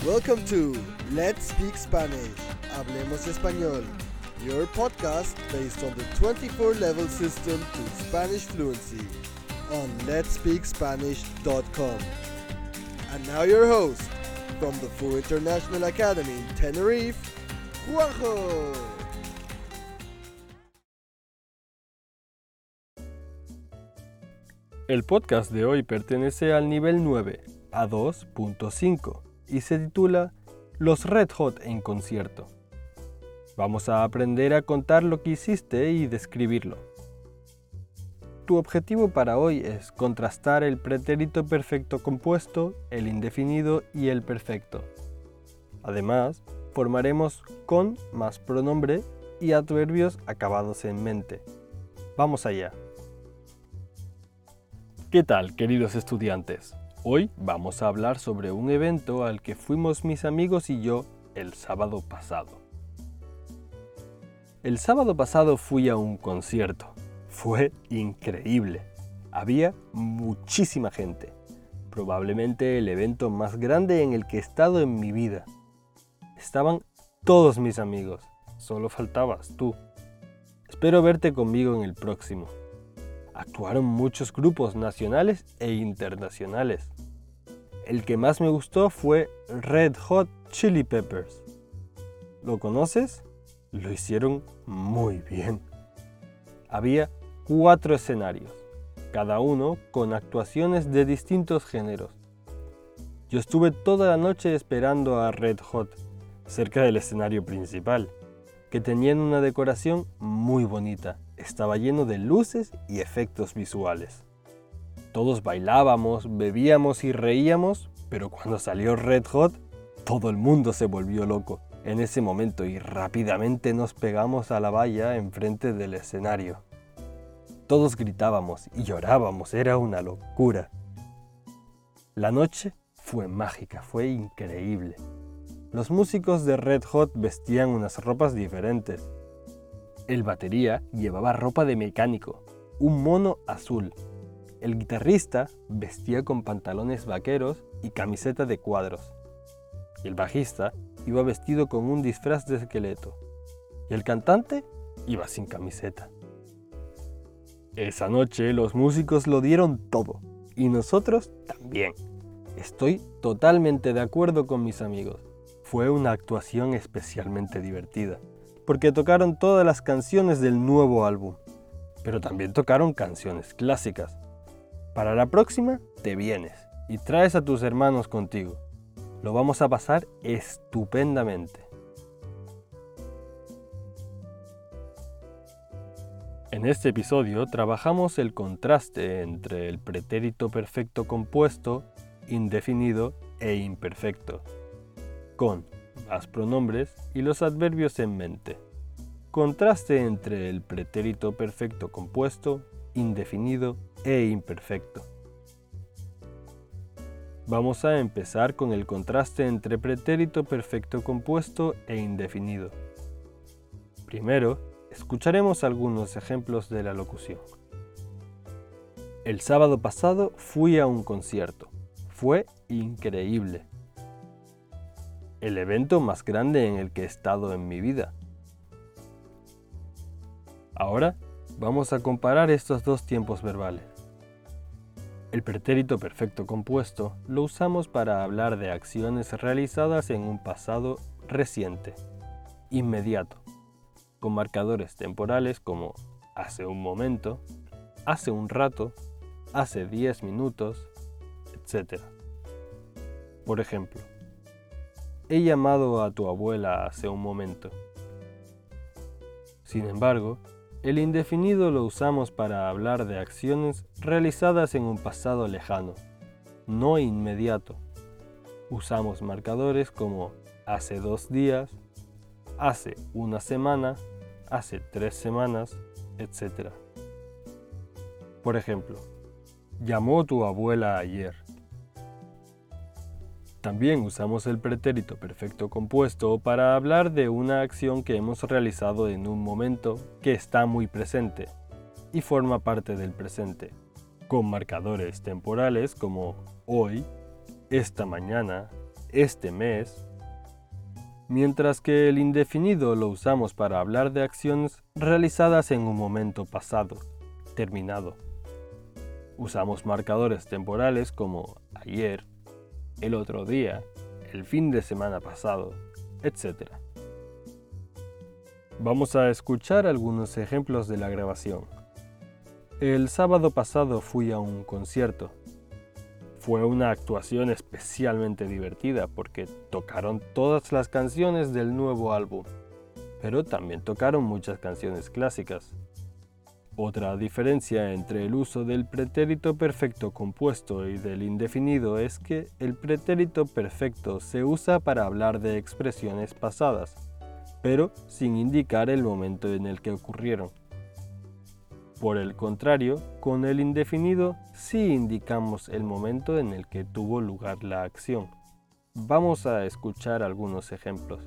Welcome to Let's Speak Spanish, Hablemos Español, your podcast based on the 24-level system to Spanish fluency on letspeakspanish.com. And now your host, from the Full International Academy in Tenerife, Juanjo. El podcast de hoy pertenece al nivel 9, A2.5, y se titula Los Red Hot en concierto. Vamos a aprender a contar lo que hiciste y describirlo. Tu objetivo para hoy es contrastar el pretérito perfecto compuesto, el indefinido y el perfecto. Además, formaremos con más pronombre y adverbios acabados en mente. Vamos allá. ¿Qué tal, queridos estudiantes? Hoy vamos a hablar sobre un evento al que fuimos mis amigos y yo el sábado pasado. El sábado pasado fui a un concierto. Fue increíble. Había muchísima gente. Probablemente el evento más grande en el que he estado en mi vida. Estaban todos mis amigos. Solo faltabas tú. Espero verte conmigo en el próximo. Actuaron muchos grupos nacionales e internacionales. El que más me gustó fue Red Hot Chili Peppers. ¿Lo conoces? Lo hicieron muy bien. Había 4 escenarios, cada uno con actuaciones de distintos géneros. Yo estuve toda la noche esperando a Red Hot, cerca del escenario principal, que tenían una decoración muy bonita. Estaba lleno de luces y efectos visuales. Todos bailábamos, bebíamos y reíamos, pero cuando salió Red Hot, todo el mundo se volvió loco en ese momento y rápidamente nos pegamos a la valla enfrente del escenario. Todos gritábamos y llorábamos, era una locura. La noche fue mágica, fue increíble. Los músicos de Red Hot vestían unas ropas diferentes. El batería llevaba ropa de mecánico, un mono azul. El guitarrista vestía con pantalones vaqueros y camiseta de cuadros. Y el bajista iba vestido con un disfraz de esqueleto. Y el cantante iba sin camiseta. Esa noche los músicos lo dieron todo, y nosotros también. Estoy totalmente de acuerdo con mis amigos. Fue una actuación especialmente divertida, porque tocaron todas las canciones del nuevo álbum, pero también tocaron canciones clásicas. Para la próxima te vienes y traes a tus hermanos contigo. Lo vamos a pasar estupendamente. En este episodio trabajamos el contraste entre el pretérito perfecto compuesto, indefinido e imperfecto, con más pronombres y los adverbios en mente. Contraste entre el pretérito perfecto compuesto, indefinido e imperfecto. Vamos a empezar con el contraste entre pretérito perfecto compuesto e indefinido. Primero, escucharemos algunos ejemplos de la locución. El sábado pasado fui a un concierto. Fue increíble. El evento más grande en el que he estado en mi vida. Ahora vamos a comparar estos dos tiempos verbales. El pretérito perfecto compuesto lo usamos para hablar de acciones realizadas en un pasado reciente, inmediato, con marcadores temporales como hace un momento, hace un rato, hace 10 minutos, etc. Por ejemplo, he llamado a tu abuela hace un momento. Sin embargo, el indefinido lo usamos para hablar de acciones realizadas en un pasado lejano, no inmediato. Usamos marcadores como hace 2 días, hace 1 semana, hace 3 semanas, etc. Por ejemplo, llamó tu abuela ayer. También usamos el pretérito perfecto compuesto para hablar de una acción que hemos realizado en un momento que está muy presente y forma parte del presente, con marcadores temporales como hoy, esta mañana, este mes, mientras que el indefinido lo usamos para hablar de acciones realizadas en un momento pasado, terminado. Usamos marcadores temporales como ayer, el otro día, el fin de semana pasado, etc. Vamos a escuchar algunos ejemplos de la grabación. El sábado pasado fui a un concierto. Fue una actuación especialmente divertida porque tocaron todas las canciones del nuevo álbum, pero también tocaron muchas canciones clásicas. Otra diferencia entre el uso del pretérito perfecto compuesto y del indefinido es que el pretérito perfecto se usa para hablar de expresiones pasadas, pero sin indicar el momento en el que ocurrieron. Por el contrario, con el indefinido sí indicamos el momento en el que tuvo lugar la acción. Vamos a escuchar algunos ejemplos.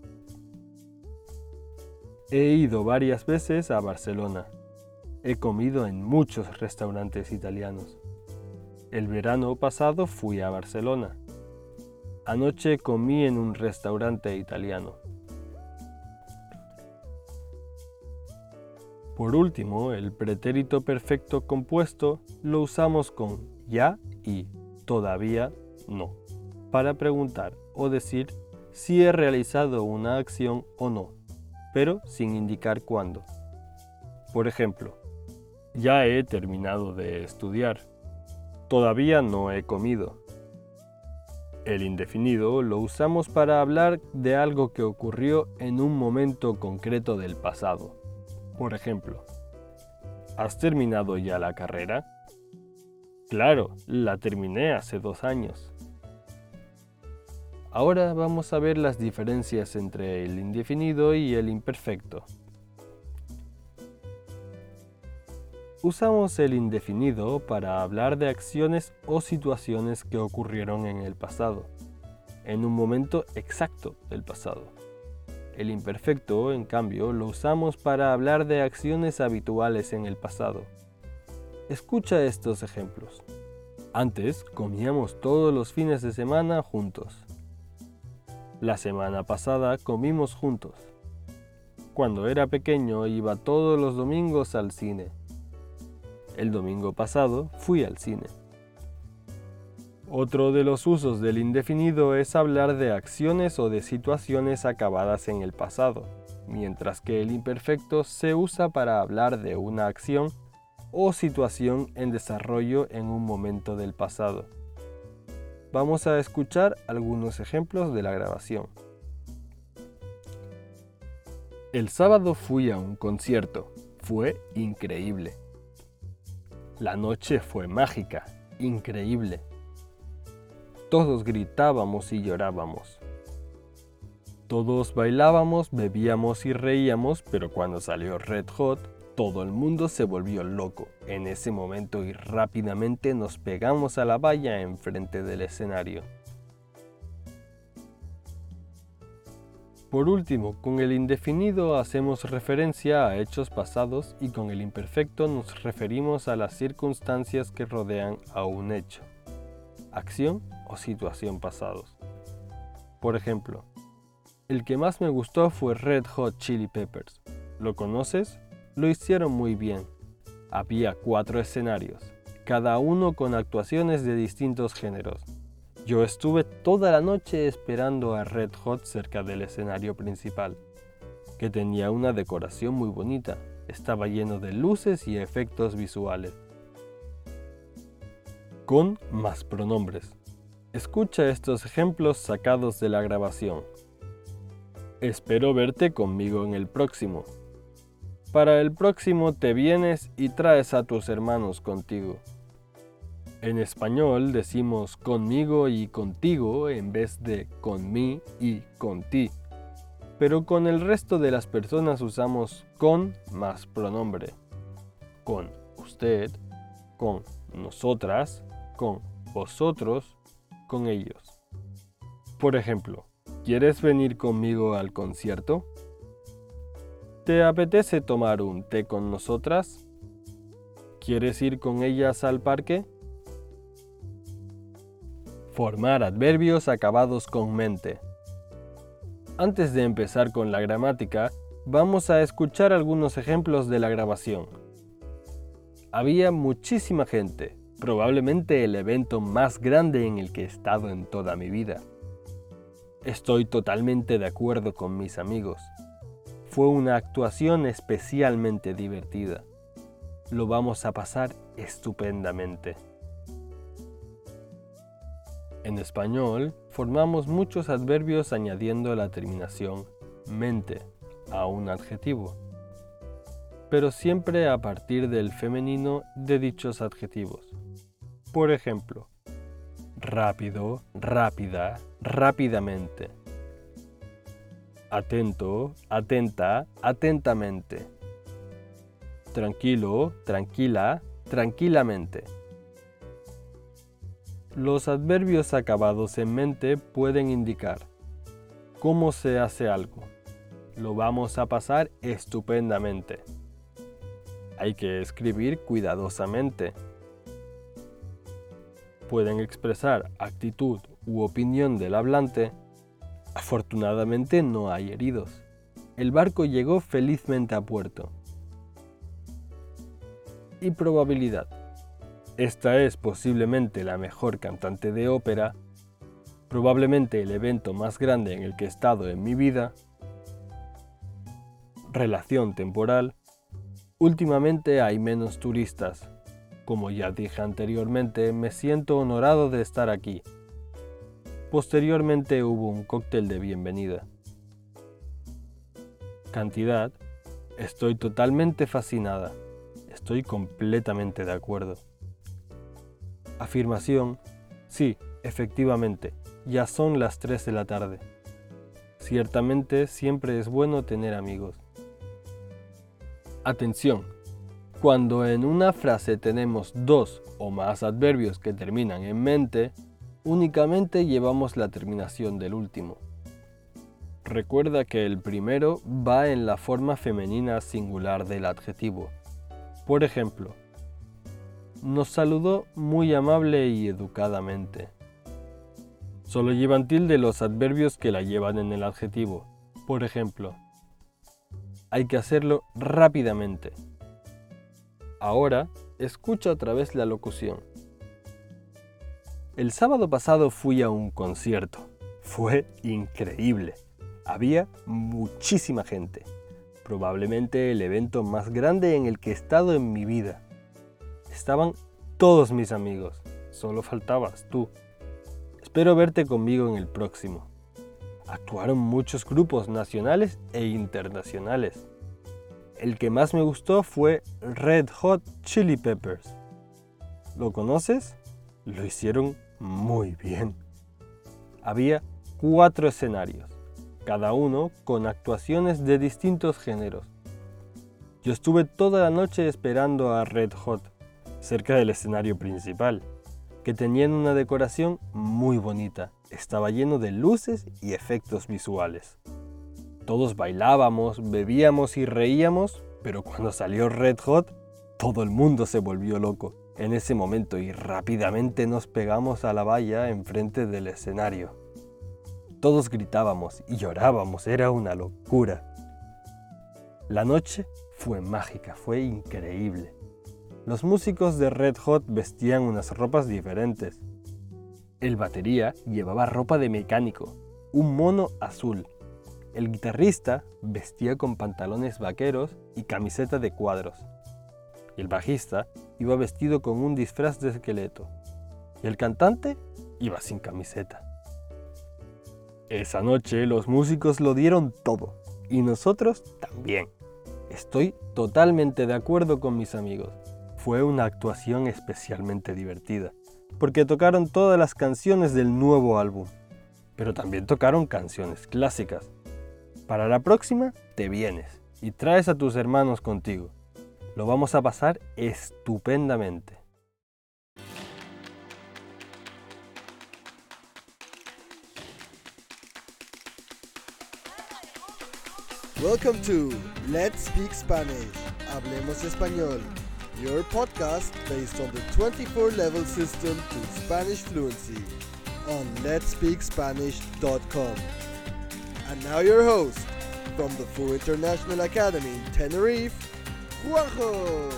He ido varias veces a Barcelona. He comido en muchos restaurantes italianos. El verano pasado fui a Barcelona. Anoche comí en un restaurante italiano. Por último, el pretérito perfecto compuesto lo usamos con ya y todavía no, para preguntar o decir si he realizado una acción o no, pero sin indicar cuándo. Por ejemplo, ya he terminado de estudiar. Todavía no he comido. El indefinido lo usamos para hablar de algo que ocurrió en un momento concreto del pasado. Por ejemplo, ¿has terminado ya la carrera? Claro, la terminé hace 2 años. Ahora vamos a ver las diferencias entre el indefinido y el imperfecto. Usamos el indefinido para hablar de acciones o situaciones que ocurrieron en el pasado, en un momento exacto del pasado. El imperfecto, en cambio, lo usamos para hablar de acciones habituales en el pasado. Escucha estos ejemplos. Antes comíamos todos los fines de semana juntos. La semana pasada comimos juntos. Cuando era pequeño iba todos los domingos al cine. El domingo pasado fui al cine. Otro de los usos del indefinido es hablar de acciones o de situaciones acabadas en el pasado, mientras que el imperfecto se usa para hablar de una acción o situación en desarrollo en un momento del pasado. Vamos a escuchar algunos ejemplos de la grabación. El sábado fui a un concierto. Fue increíble. La noche fue mágica, increíble. Todos gritábamos y llorábamos. Todos bailábamos, bebíamos y reíamos, pero cuando salió Red Hot, todo el mundo se volvió loco en ese momento y rápidamente nos pegamos a la valla enfrente del escenario. Por último, con el indefinido hacemos referencia a hechos pasados y con el imperfecto nos referimos a las circunstancias que rodean a un hecho, acción o situación pasados. Por ejemplo, el que más me gustó fue Red Hot Chili Peppers. ¿Lo conoces? Lo hicieron muy bien. Había 4 escenarios, cada uno con actuaciones de distintos géneros. Yo estuve toda la noche esperando a Red Hot cerca del escenario principal, que tenía una decoración muy bonita. Estaba lleno de luces y efectos visuales. Con más pronombres. Escucha estos ejemplos sacados de la grabación. Espero verte conmigo en el próximo. Para el próximo te vienes y traes a tus hermanos contigo. En español decimos conmigo y contigo en vez de con mí y con ti. Pero con el resto de las personas usamos con más pronombre. Con usted, con nosotras, con vosotros, con ellos. Por ejemplo, ¿quieres venir conmigo al concierto? ¿Te apetece tomar un té con nosotras? ¿Quieres ir con ellas al parque? Formar adverbios acabados con mente. Antes de empezar con la gramática, vamos a escuchar algunos ejemplos de la grabación. Había muchísima gente, probablemente el evento más grande en el que he estado en toda mi vida. Estoy totalmente de acuerdo con mis amigos. Fue una actuación especialmente divertida. Lo vamos a pasar estupendamente. En español, formamos muchos adverbios añadiendo la terminación mente a un adjetivo, pero siempre a partir del femenino de dichos adjetivos. Por ejemplo, rápido, rápida, rápidamente. Atento, atenta, atentamente. Tranquilo, tranquila, tranquilamente. Los adverbios acabados en mente pueden indicar cómo se hace algo. Lo vamos a pasar estupendamente. Hay que escribir cuidadosamente. Pueden expresar actitud u opinión del hablante. Afortunadamente no hay heridos. El barco llegó felizmente a puerto. Y probabilidad. Esta es posiblemente la mejor cantante de ópera, probablemente el evento más grande en el que he estado en mi vida. Relación temporal. Últimamente hay menos turistas. Como ya dije anteriormente, me siento honorado de estar aquí. Posteriormente hubo un cóctel de bienvenida. Cantidad. Estoy totalmente fascinada. Estoy completamente de acuerdo. Afirmación. Sí, efectivamente, ya son las 3 de la tarde. Ciertamente siempre es bueno tener amigos. Atención. Cuando en una frase tenemos dos o más adverbios que terminan en mente, únicamente llevamos la terminación del último. Recuerda que el primero va en la forma femenina singular del adjetivo. Por ejemplo, nos saludó muy amable y educadamente. Solo llevan tilde los adverbios que la llevan en el adjetivo. Por ejemplo, hay que hacerlo rápidamente. Ahora, escucha otra vez la locución. El sábado pasado fui a un concierto. Fue increíble. Había muchísima gente. Probablemente el evento más grande en el que he estado en mi vida. Estaban todos mis amigos. Solo faltabas tú. Espero verte conmigo en el próximo. Actuaron muchos grupos nacionales e internacionales. El que más me gustó fue Red Hot Chili Peppers. ¿Lo conoces? Lo hicieron muy bien. Había 4 escenarios, cada uno con actuaciones de distintos géneros. Yo estuve toda la noche esperando a Red Hot, cerca del escenario principal, que tenían una decoración muy bonita. Estaba lleno de luces y efectos visuales. Todos bailábamos, bebíamos y reíamos, pero cuando salió Red Hot, todo el mundo se volvió loco en ese momento y rápidamente nos pegamos a la valla enfrente del escenario. Todos gritábamos y llorábamos, era una locura. La noche fue mágica, fue increíble. Los músicos de Red Hot vestían unas ropas diferentes. El batería llevaba ropa de mecánico, un mono azul. El guitarrista vestía con pantalones vaqueros y camiseta de cuadros. Y el bajista iba vestido con un disfraz de esqueleto. Y el cantante iba sin camiseta. Esa noche los músicos lo dieron todo, y nosotros también. Estoy totalmente de acuerdo con mis amigos. Fue una actuación especialmente divertida, porque tocaron todas las canciones del nuevo álbum, pero también tocaron canciones clásicas. Para la próxima, te vienes y traes a tus hermanos contigo. Lo vamos a pasar estupendamente. Welcome to Let's Speak Spanish, Hablemos Español, your podcast based on the 24-level system to Spanish fluency. on letspeakspanish.com. And now your host, from the Fu International Academy in Tenerife, Juanjo!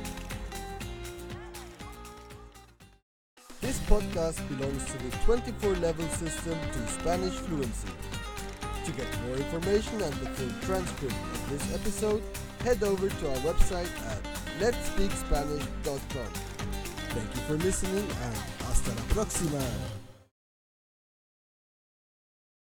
This podcast belongs to the 24-level system to Spanish fluency. To get more information and the full transcript of this episode, head over to our website at letspeakspanish.com. Thank you for listening and hasta la próxima!